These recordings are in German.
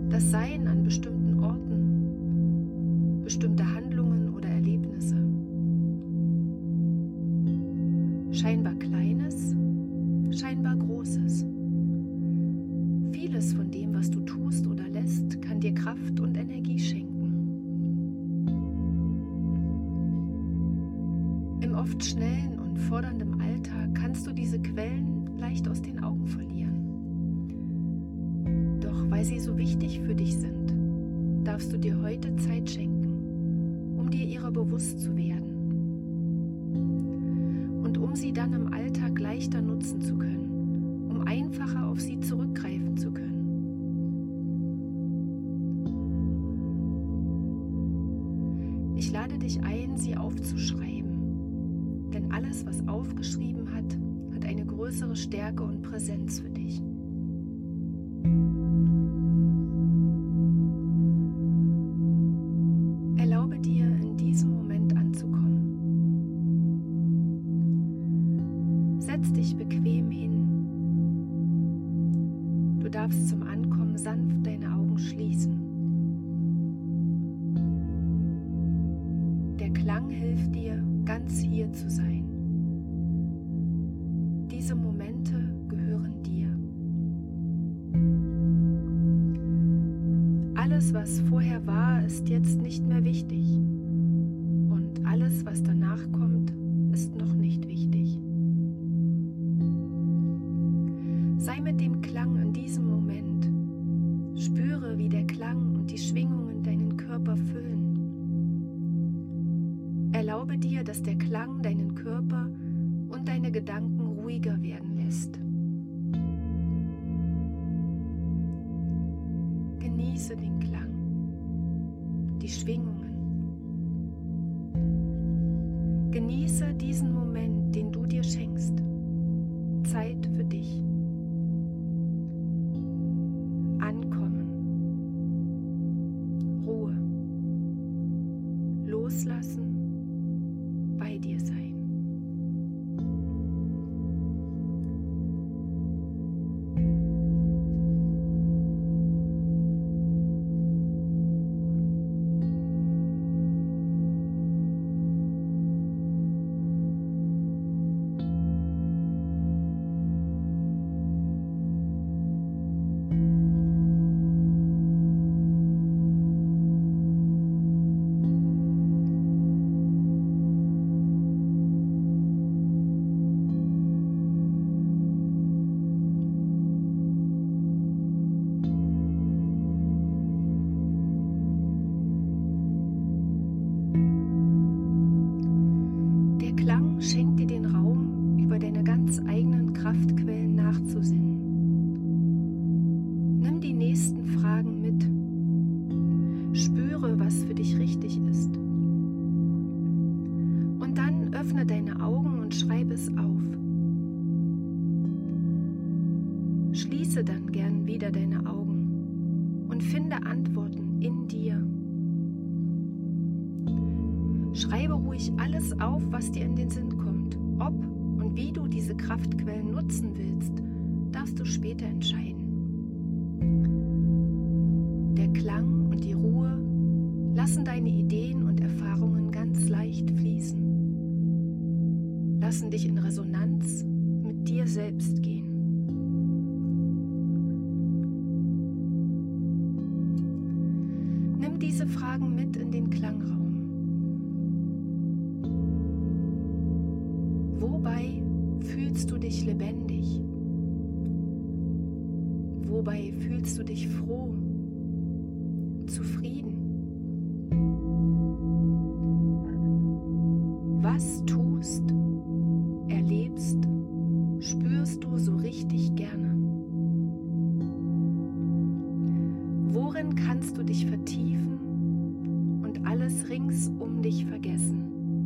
das Sein an bestimmten Orten, bestimmte Handlungen oder Erlebnisse. Scheinbar Kleines, scheinbar Großes. Vieles von dem, was du tust oder lässt, kann dir Kraft und Energie schenken. Im oft schnellen und fordernden Alltag kannst du diese Quellen leicht aus den Augen verlieren. Doch weil sie so wichtig für dich sind, darfst du dir heute Zeit schenken, um dir ihrer bewusst zu werden und um sie dann im Alltag leichter nutzen zu können, um einfacher auf sie zurückgreifen zu können. Ich lade dich ein, sie aufzuschreiben, denn alles, was aufgeschrieben hat, hat eine größere Stärke und Präsenz für dich. Erlaube dir, in diesem Moment anzukommen. Setz dich bequem hin. Du darfst zum Ankommen sanft deine Augen schließen. Der Klang hilft dir, ganz hier zu sein. Diese Momente gehören dir. Alles, was vorher war, ist jetzt nicht mehr wichtig. Und alles, was danach kommt, ist noch nicht wichtig. Sei mit dem Klang in diesem Moment. Spüre, wie der Klang und die Schwingungen deinen Körper füllen. Erlaube dir, dass der Klang deinen Körper und deine Gedanken ruhiger werden lässt. Genieße den Klang, die Schwingungen. Genieße diesen Moment, den du dir schenkst. Zeit für dich. Ankommen. Ruhe. Loslassen. Bei dir sein. Schenk dir den Raum, über deine ganz eigenen Kraftquellen nachzusinnen. Nimm die nächsten Fragen mit. Spüre, was für dich richtig ist. Und dann öffne deine Augen und schreibe es auf. Schließe dann gern wieder deine Augen und finde Antworten in dir. Schreibe ruhig alles auf, was dir in den Sinn kommt. Ob und wie du diese Kraftquellen nutzen willst, darfst du später entscheiden. Der Klang und die Ruhe lassen deine Ideen und Erfahrungen ganz leicht fließen. Lassen dich in Resonanz mit dir selbst gehen. Nimm diese Fragen mit in den Klangraum. Wobei fühlst du dich lebendig? Wobei fühlst du dich froh, zufrieden? Was tust, erlebst, spürst du so richtig gerne? Worin kannst du dich vertiefen und alles rings um dich vergessen?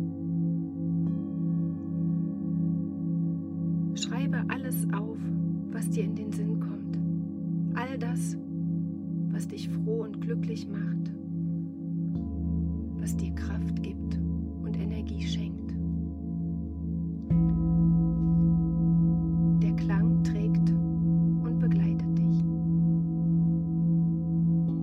Schreibe alles auf, was dir in den Sinn kommt. All das, was dich froh und glücklich macht, was dir Kraft gibt und Energie schenkt. Der Klang trägt und begleitet dich.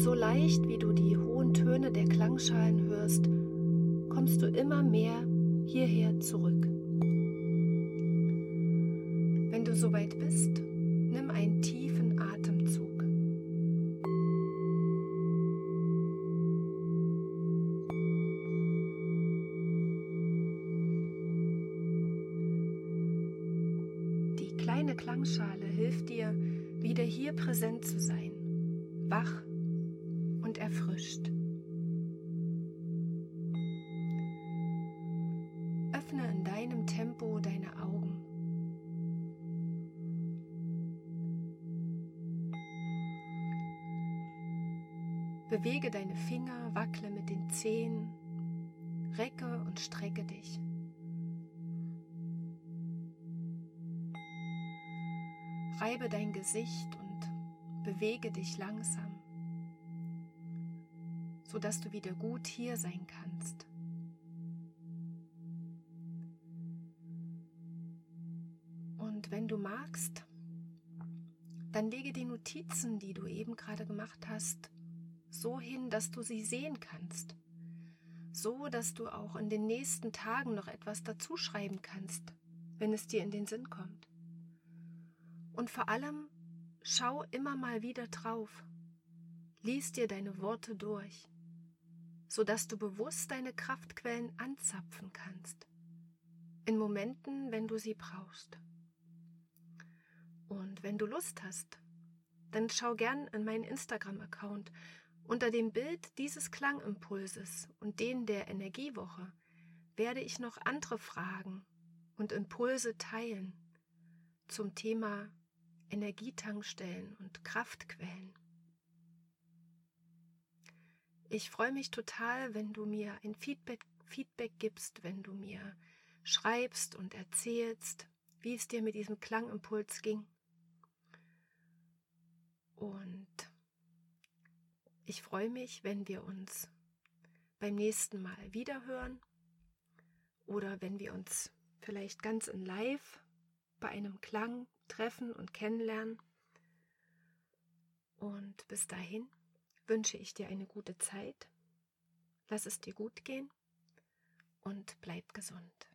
so leicht, wie du die hohen Töne der Klangschalen hörst, kommst du immer mehr hierher zurück. Wenn du soweit bist, nimm einen tiefen Atemzug. Die kleine Klangschale hilft dir, wieder hier präsent zu sein, wach und erfrischt. Öffne in deinem Tempo deine Augen. Bewege deine Finger, wackle mit den Zehen, recke und strecke dich. Reibe dein Gesicht und bewege dich langsam, sodass du wieder gut hier sein kannst. Und wenn du magst, dann lege die Notizen, die du eben gerade gemacht hast, so hin, dass du sie sehen kannst. So, dass du auch in den nächsten Tagen noch etwas dazu schreiben kannst, wenn es dir in den Sinn kommt. Und vor allem, schau immer mal wieder drauf. Lies dir deine Worte durch, sodass du bewusst deine Kraftquellen anzapfen kannst. In Momenten, wenn du sie brauchst. Und wenn du Lust hast, dann schau gern in meinen Instagram-Account. Unter dem Bild dieses Klangimpulses und den der Energiewoche werde ich noch andere Fragen und Impulse teilen zum Thema Energietankstellen und Kraftquellen. Ich freue mich total, wenn du mir ein Feedback gibst, wenn du mir schreibst und erzählst, wie es dir mit diesem Klangimpuls ging. Und ich freue mich, wenn wir uns beim nächsten Mal wiederhören oder wenn wir uns vielleicht ganz in live bei einem Klang treffen und kennenlernen. Und bis dahin wünsche ich dir eine gute Zeit. Lass es dir gut gehen und bleib gesund.